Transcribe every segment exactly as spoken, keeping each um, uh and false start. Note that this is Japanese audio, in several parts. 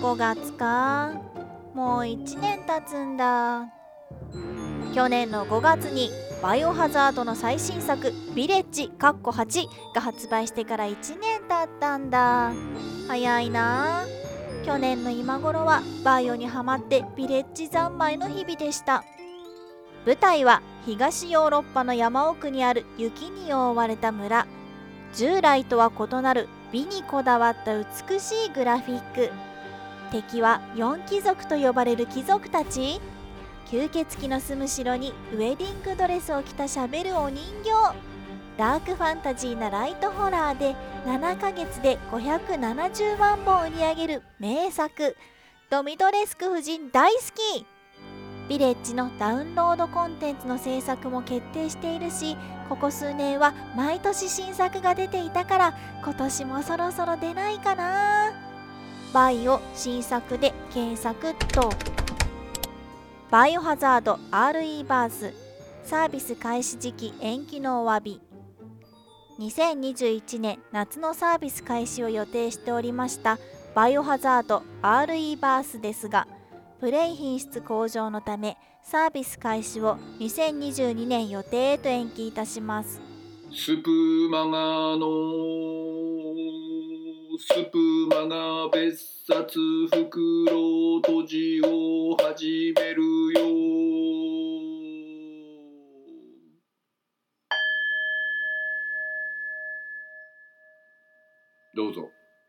ごがつか。もういちねん経つんだ。去年のごがつにバイオハザードの最新作ヴィレッジはちが発売してからいちねん経ったんだ。早いな。去年の今頃はバイオにハマってヴィレッジ三昧の日々でした。舞台は東ヨーロッパの山奥にある雪に覆われた村。従来とは異なる美にこだわった美しいグラフィック。敵は四貴族と呼ばれる貴族たち。吸血鬼の住む城にウェディングドレスを着たしゃべるお人形。ダークファンタジーなライトホラーでななかげつでごひゃくななじゅうまんぼん売り上げる名作。ドミトレスク夫人大好き。ヴィレッジのダウンロードコンテンツの制作も決定しているし、ここ数年は毎年新作が出ていたから今年もそろそろ出ないかな。バイオ新作で検索っと。バイオハザード アールイー バースサービス開始時期延期のお詫び。にせんにじゅういちねん夏のサービス開始を予定しておりましたバイオハザード アールイー バースですが、プレイ品質向上のためサービス開始をにせんにじゅうにねん予定へと延期いたします。 スプマガのスプマガ別冊袋閉じを始めるよ。どうぞ。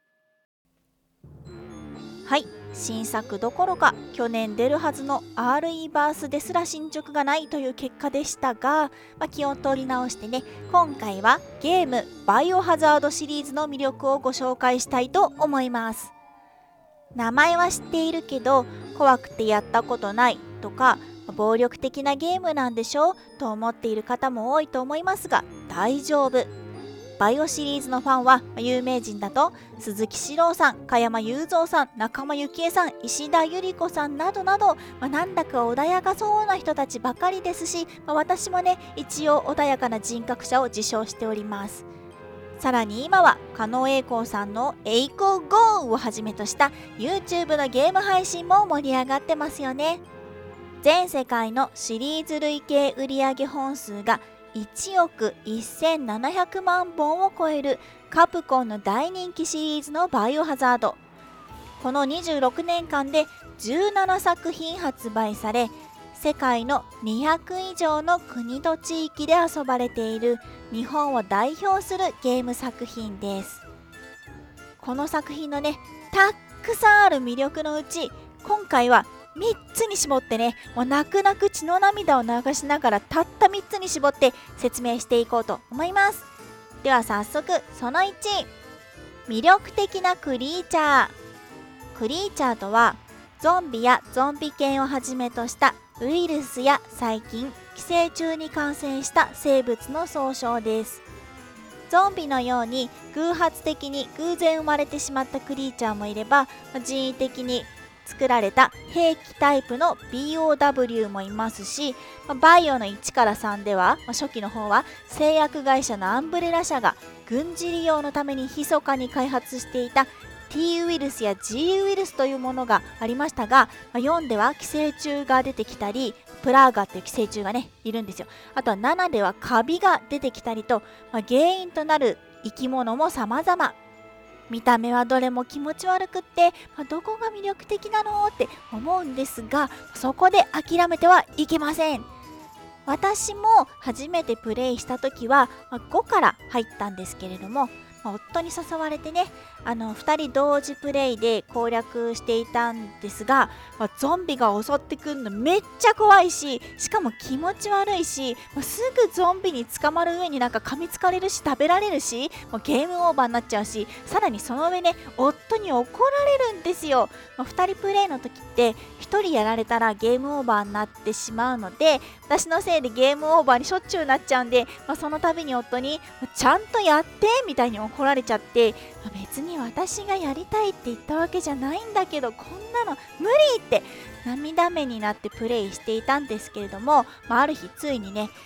はい、新作どころか去年出るはずの アールイー バースですら進捗がないという結果でしたが、まあ、気を取り直してね、今回はゲームバイオハザードシリーズの魅力をご紹介したいと思います。名前は知っているけど怖くてやったことないとか、暴力的なゲームなんでしょと思っている方も多いと思いますが、大丈夫。バイオシリーズのファンは有名人だと鈴木史郎さん、加山雄三さん、仲間由紀恵さん、石田ゆり子さんなどなど、まあ、なんだか穏やかそうな人たちばかりですし、まあ、私もね一応穏やかな人格者を自称しております。さらに今は狩野英孝さんの栄光ゴーをはじめとした YouTube のゲーム配信も盛り上がってますよね。全世界のシリーズ累計売上本数がいちおくせんななひゃくまんぼんを超えるカプコンの大人気シリーズのバイオハザード。このにじゅうろくねんかんでじゅうななさくひん発売され、世界のにひゃくいじょうの国と地域で遊ばれている日本を代表するゲーム作品です。この作品のねたくさんある魅力のうち、今回はみっつに絞ってね、もう泣く泣く血の涙を流しながらたったみっつに絞って説明していこうと思います。では早速そのいち、魅力的なクリーチャー。クリーチャーとはゾンビやゾンビ犬をはじめとしたウイルスや細菌、寄生虫に感染した生物の総称です。ゾンビのように偶発的に偶然生まれてしまったクリーチャーもいれば、人為的に作られた兵器タイプの ビーオーダブリュー もいますし、バイオのいちからさんでは初期の方は製薬会社のアンブレラ社が軍事利用のために密かに開発していた T ウイルスや G ウイルスというものがありましたが、よんでは寄生虫が出てきたり、プラーガっていう寄生虫がねいるんですよ。あとはななではカビが出てきたりと、まあ、原因となる生き物も様々。見た目はどれも気持ち悪くって、まあ、どこが魅力的なのって思うんですが、そこで諦めてはいけません。私も初めてプレイした時は、まあ、ごから入ったんですけれども、まあ、夫に誘われてね、あのふたり同時プレイで攻略していたんですが、まあ、ゾンビが襲ってくるのめっちゃ怖いし、しかも気持ち悪いし、まあ、すぐゾンビに捕まる上になんか噛みつかれるし食べられるし、もうゲームオーバーになっちゃうし、さらにその上ね夫に怒られるんですよ。まあ、ふたりプレイの時ってひとりやられたらゲームオーバーになってしまうので、私のせいでゲームオーバーにしょっちゅうなっちゃうんで、まあ、その度に夫にちゃんとやってみたいに怒られちゃって、まあ、別に私がやりたいって言ったわけじゃないんだけど、こんなの無理って涙目になってプレイしていたんですけれども、まあ、ある日ついにね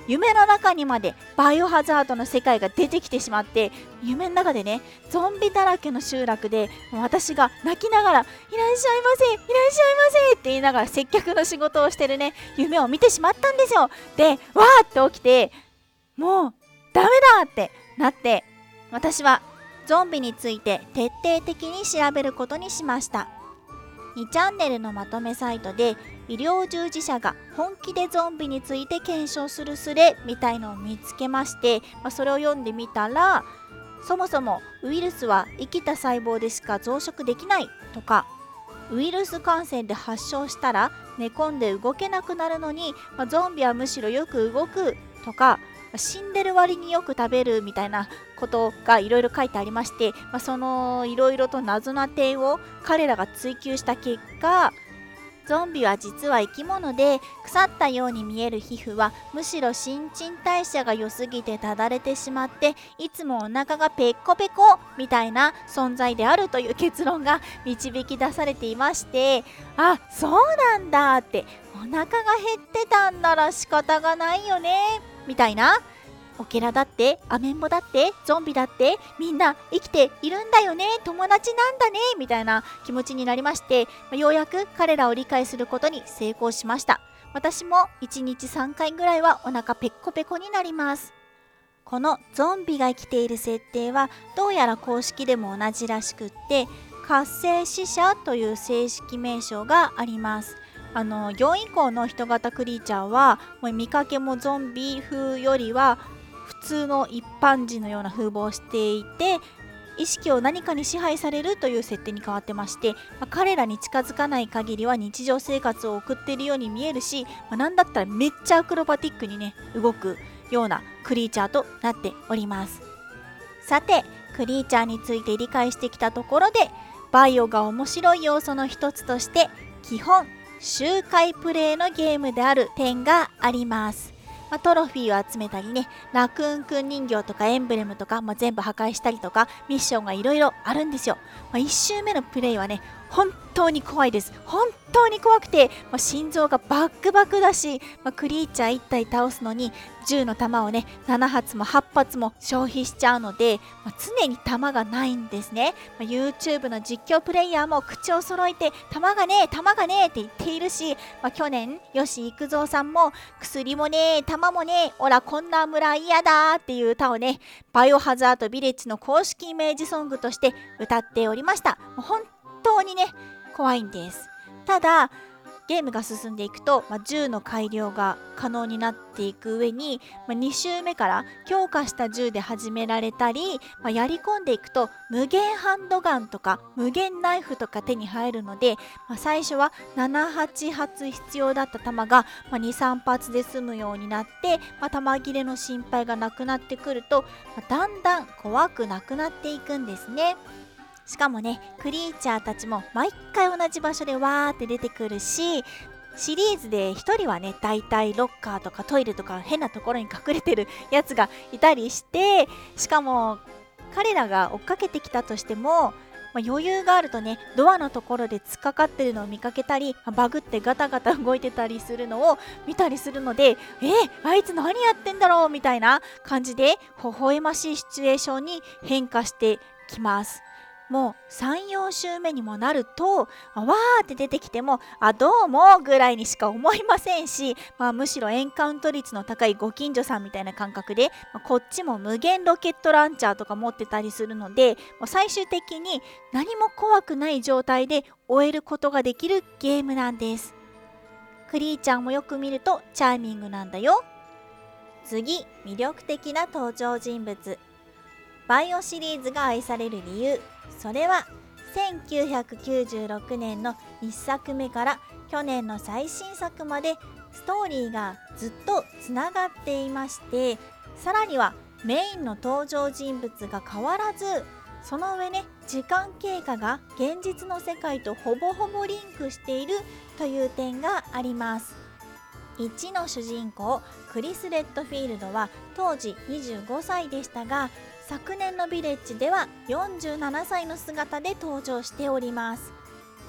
夢の中にまでバイオハザードの世界が出てきてしまって、夢の中でねゾンビだらけの集落で私が泣きながらいらっしゃいませいらっしゃいませって言いながら接客の仕事をしてるね夢を見てしまったんですよ。でわーって起きて、もうダメだってなって、私はゾンビについて徹底的に調べることにしました。にチャンネルのまとめサイトで医療従事者が本気でゾンビについて検証するスレみたいのを見つけまして、まあ、それを読んでみたら、そもそもウイルスは生きた細胞でしか増殖できないとか、ウイルス感染で発症したら寝込んで動けなくなるのに、まあ、ゾンビはむしろよく動くとか、死んでる割によく食べるみたいなことがいろいろ書いてありまして、まあ、そのいろいろと謎な点を彼らが追求した結果、ゾンビは実は生き物で、腐ったように見える皮膚はむしろ新陳代謝が良すぎてただれてしまって、いつもお腹がペッコペコみたいな存在であるという結論が導き出されていまして、あ、そうなんだって、お腹が減ってたんなら仕方がないよねみたいな、オケラだってアメンボだってゾンビだってみんな生きているんだよね、友達なんだねみたいな気持ちになりまして、ようやく彼らを理解することに成功しました。私もいちにちさんかいぐらいはお腹ペッコペコになります。このゾンビが生きている設定はどうやら公式でも同じらしくって、活性死者という正式名称があります。あのよん以降の人型クリーチャーはもう見かけもゾンビ風よりは普通の一般人のような風貌をしていて、意識を何かに支配されるという設定に変わってまして、まあ、彼らに近づかない限りは日常生活を送っているように見えるし、まあ、なんだったらめっちゃアクロバティックにね動くようなクリーチャーとなっております。さて、クリーチャーについて理解してきたところで、バイオが面白い要素の一つとして基本周回プレイのゲームである点があります。まあ、トロフィーを集めたりね、ラクーンくん人形とかエンブレムとか、まあ、全部破壊したりとかミッションがいろいろあるんですよ。まあ、いち周目のプレイはね本当に怖いです。本当に怖くて、まあ、心臓がバックバクだし、まあ、クリーチャーいち体倒すのに銃の弾をねなな発もはち発も消費しちゃうので、まあ、常に弾がないんですね。まあ、YouTube の実況プレイヤーも口を揃えて弾がねえ弾がねえって言っているし、まあ、去年吉幾三さんも薬もねえ弾もねえおらこんな村嫌だっていう歌をねバイオハザードビレッジの公式イメージソングとして歌っておりました。もう本当にね怖いんです。ただゲームが進んでいくと、まあ、銃の改良が可能になっていく上に、まあ、に周目から強化した銃で始められたり、まあ、やり込んでいくと無限ハンドガンとか無限ナイフとか手に入るので、まあ、最初はななはち発必要だった弾が、まあ、にさん発で済むようになって、まあ、弾切れの心配がなくなってくると、まあ、だんだん怖くなくなっていくんですね。しかもねクリーチャーたちも毎回同じ場所でわーって出てくるし、シリーズでひとりはねだいたいロッカーとかトイレとか変なところに隠れてるやつがいたりして、しかも彼らが追っかけてきたとしても、まあ、余裕があるとねドアのところで突っかかってるのを見かけたり、バグってガタガタ動いてたりするのを見たりするので、えー、あいつ何やってんだろうみたいな感じで微笑ましいシチュエーションに変化してきます。もうさん、よん周目にもなるとわーって出てきてもあどうもぐらいにしか思いませんし、まあ、むしろエンカウント率の高いご近所さんみたいな感覚で、まあ、こっちも無限ロケットランチャーとか持ってたりするので、もう最終的に何も怖くない状態で終えることができるゲームなんです。クリーチャーもよく見るとチャーミングなんだよ。次、魅力的な登場人物。バイオシリーズが愛される理由、それはせんきゅうひゃくきゅうじゅうろくねんのいっさくめから去年の最新作までストーリーがずっとつながっていまして、さらにはメインの登場人物が変わらず、その上ね時間経過が現実の世界とほぼほぼリンクしているという点があります。いちの主人公クリス・レッドフィールドは当時にじゅうごさいでしたが、昨年のビレッジではよんじゅうななさいの姿で登場しております。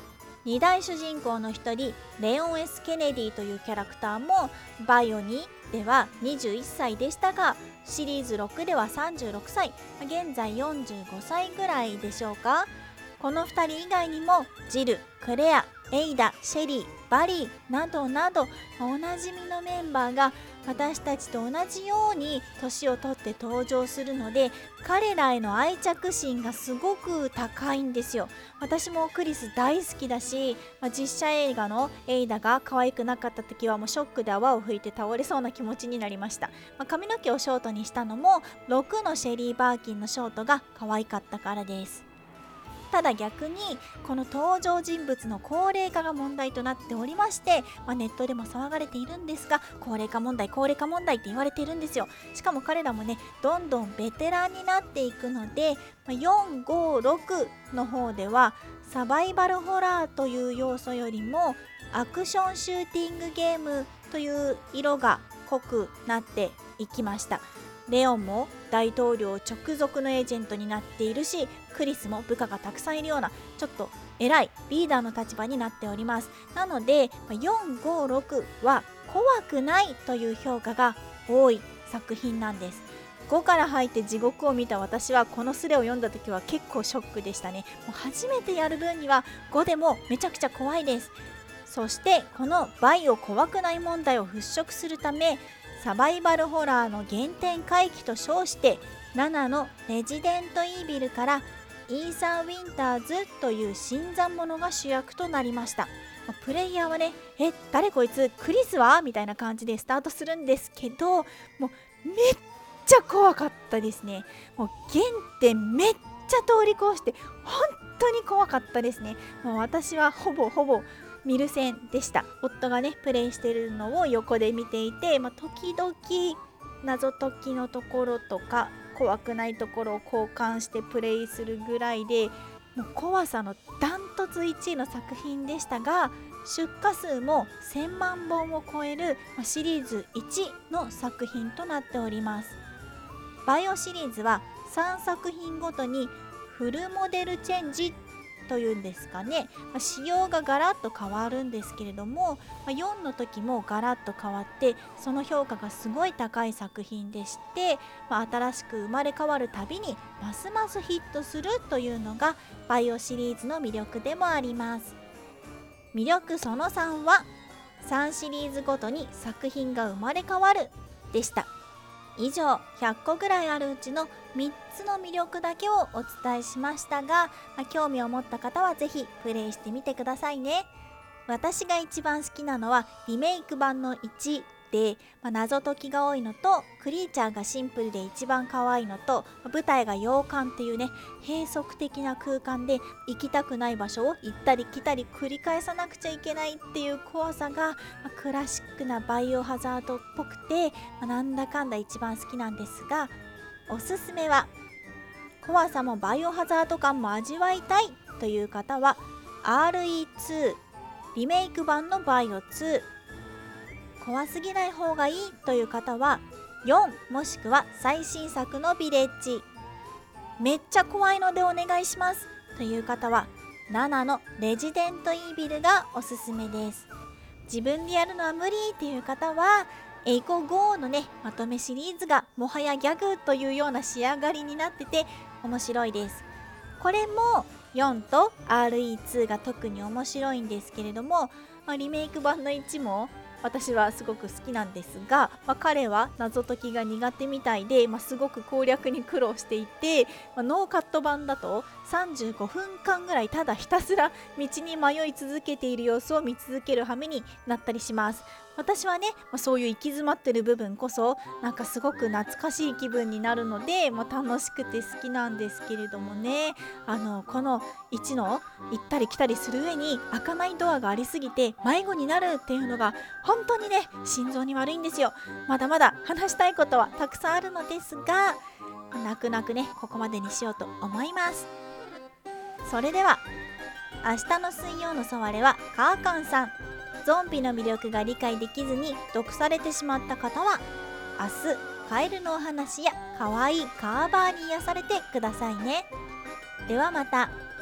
二大主人公の一人レオン エス ケネディというキャラクターもバイオにではにじゅういっさいでしたが、シリーズろくではさんじゅうろくさい、現在よんじゅうごさいぐらいでしょうか。このふたり以外にもジル、クレア、エイダ、シェリー、バリーなどなどおなじみのメンバーが私たちと同じように年を取って登場するので、彼らへの愛着心がすごく高いんですよ。私もクリス大好きだし、まあ、実写映画のエイダが可愛くなかった時はもうショックで泡を吹いて倒れそうな気持ちになりました。まあ、髪の毛をショートにしたのもろくのシェリー・バーキンのショートが可愛かったからです。ただ逆にこの登場人物の高齢化が問題となっておりまして、まあ、ネットでも騒がれているんですが、高齢化問題高齢化問題って言われているんですよ。しかも彼らもねどんどんベテランになっていくので、まあ、よん、ご、ろくの方ではサバイバルホラーという要素よりもアクションシューティングゲームという色が濃くなっていきました。レオンも大統領直属のエージェントになっているし、クリスも部下がたくさんいるようなちょっと偉いリーダーの立場になっております。なのでよん、ご、ろくは怖くないという評価が多い作品なんです。ごから入って地獄を見た私はこのスレを読んだ時は結構ショックでしたね。もう初めてやる分にはごでもめちゃくちゃ怖いです。そしてこのバイオ怖くない問題を払拭するため、サバイバルホラーの原点回帰と称してななのレジデントイービルからイーサー・ウィンターズという新参者が主役となりました。プレイヤーはね、え誰こいつクリスはみたいな感じでスタートするんですけど、もうめっちゃ怖かったですね。もう原点めっちゃ通り越して本当に怖かったですね。もう私はほぼほぼ見る線でした。夫がねプレイしてるのを横で見ていて、まあ、時々謎解きのところとか怖くないところを交換してプレイするぐらいで、もう怖さのダントツいちいの作品でしたが、出荷数もせんまんぼんを超えるシリーズいちの作品となっております。バイオシリーズはさんさく品ごとにフルモデルチェンジというんですかね、まあ、仕様がガラッと変わるんですけれども、まあ、よんの時もガラッと変わってその評価がすごい高い作品でして、まあ、新しく生まれ変わるたびにますますヒットするというのがバイオシリーズの魅力でもあります。魅力そのさんはさんシリーズごとに作品が生まれ変わるでした。以上ひゃっこぐらいあるうちのみっつの魅力だけをお伝えしましたが、まあ、興味を持った方はぜひプレイしてみてくださいね。私が一番好きなのはリメイク版のいちで、まあ、謎解きが多いのとクリーチャーがシンプルで一番可愛いのと、舞台が洋館っていうね閉塞的な空間で行きたくない場所を行ったり来たり繰り返さなくちゃいけないっていう怖さが、まあ、クラシックなバイオハザードっぽくて、まあ、なんだかんだ一番好きなんですが、おすすめは怖さもバイオハザード感も味わいたいという方は アールイーツー リメイク版のバイオツー、怖すぎない方がいいという方はよんもしくは最新作のビレッジ、めっちゃ怖いのでお願いしますという方はななのレジデントイービルがおすすめです。自分でやるのは無理っていう方はエイコゴーのねまとめシリーズがもはやギャグというような仕上がりになってて面白いです。これもよんと アールイーツー が特に面白いんですけれども、まあ、リメイク版のいちも私はすごく好きなんですが、まあ、彼は謎解きが苦手みたいで、まあ、すごく攻略に苦労していて、まあ、ノーカット版だとさんじゅうごふんかんぐらいただひたすら道に迷い続けている様子を見続ける羽目になったりします。私はね、まあ、そういう行き詰まってる部分こそなんかすごく懐かしい気分になるので、まあ、楽しくて好きなんですけれどもね、あのこのいちの行ったり来たりする上に開かないドアがありすぎて迷子になるっていうのが本当にね心臓に悪いんですよ。まだまだ話したいことはたくさんあるのですが、泣く泣くねここまでにしようと思います。それでは明日の水曜のソワレはカーカンさん、ゾンビの魅力が理解できずに毒されてしまった方は明日カエルのお話やかわいいカーバーに癒されてくださいね。ではまた。